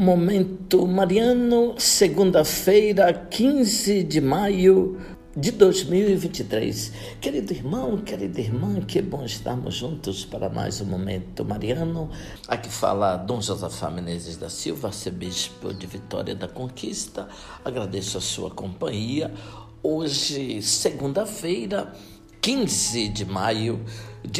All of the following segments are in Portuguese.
Momento Mariano, segunda-feira, 15 de maio de 2023. Querido irmão, querida irmã, que bom estarmos juntos para mais um Momento Mariano. Aqui fala Dom Josafá Menezes da Silva, arcebispo de Vitória da Conquista. Agradeço a sua companhia. Hoje, segunda-feira, 15 de maio de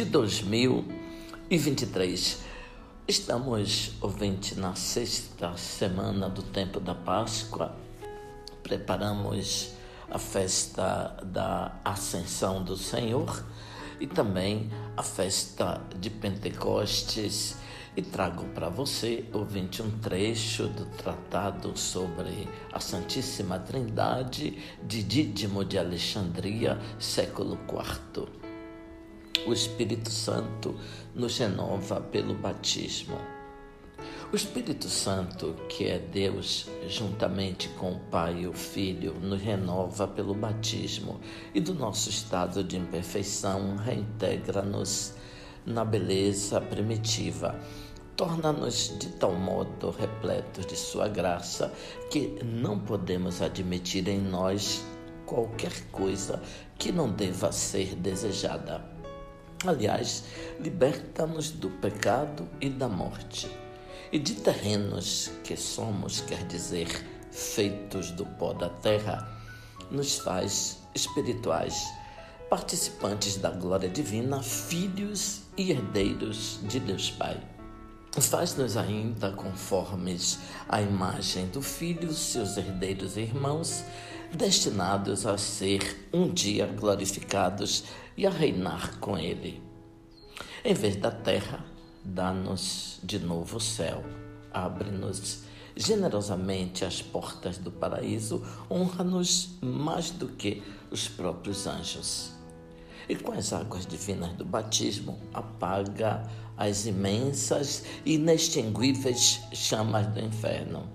2023. Estamos, ouvinte, na sexta semana do tempo da Páscoa. Preparamos a festa da Ascensão do Senhor e também a festa de Pentecostes. E trago para você, ouvinte, um trecho do tratado sobre a Santíssima Trindade de Dídimo de Alexandria, século IV. O Espírito Santo nos renova pelo batismo. O Espírito Santo, que é Deus, juntamente com o Pai e o Filho, nos renova pelo batismo e do nosso estado de imperfeição reintegra-nos na beleza primitiva. Torna-nos de tal modo repletos de sua graça que não podemos admitir em nós qualquer coisa que não deva ser desejada. Aliás, liberta-nos do pecado e da morte. E de terrenos que somos, quer dizer, feitos do pó da terra, nos faz espirituais, participantes da glória divina, filhos e herdeiros de Deus Pai. Faz-nos ainda conformes à imagem do Filho, seus herdeiros e irmãos, destinados a ser um dia glorificados e a reinar com Ele. Em vez da terra, dá-nos de novo o céu, abre-nos generosamente as portas do paraíso, honra-nos mais do que os próprios anjos. E com as águas divinas do batismo, apaga as imensas e inextinguíveis chamas do inferno.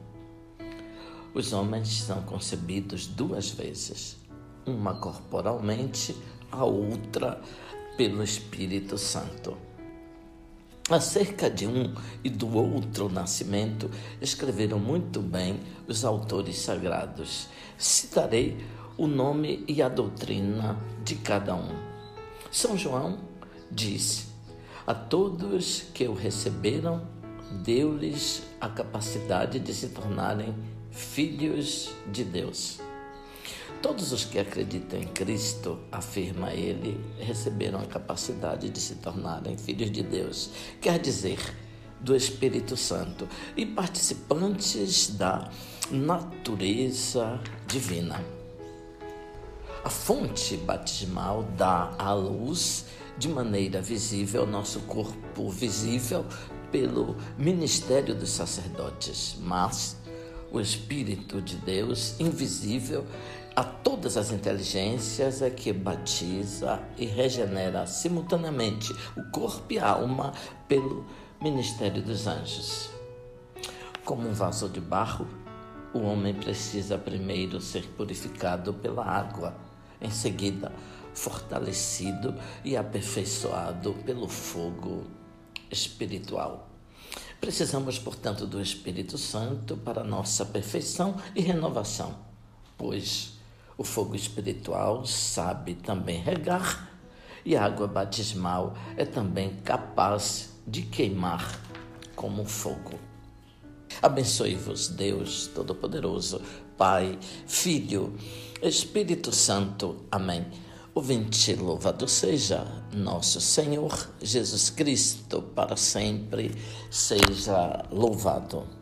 Os homens são concebidos duas vezes, uma corporalmente, a outra pelo Espírito Santo. Acerca de um e do outro nascimento, escreveram muito bem os autores sagrados. Citarei o nome e a doutrina de cada um. São João disse: a todos que o receberam, deu-lhes a capacidade de se tornarem filhos de Deus. Todos os que acreditam em Cristo, afirma ele, receberam a capacidade de se tornarem filhos de Deus, quer dizer, do Espírito Santo, e participantes da natureza divina. A fonte batismal dá à luz de maneira visível nosso corpo visível pelo ministério dos sacerdotes, mas o Espírito de Deus, invisível a todas as inteligências, é que batiza e regenera simultaneamente o corpo e a alma pelo ministério dos anjos. Como um vaso de barro, o homem precisa primeiro ser purificado pela água, em seguida fortalecido e aperfeiçoado pelo fogo espiritual. Precisamos, portanto, do Espírito Santo para nossa perfeição e renovação, pois o fogo espiritual sabe também regar e a água batismal é também capaz de queimar como fogo. Abençoe-vos, Deus Todo-Poderoso, Pai, Filho, Espírito Santo. Amém. Ouvinte, louvado seja nosso Senhor Jesus Cristo, para sempre seja louvado.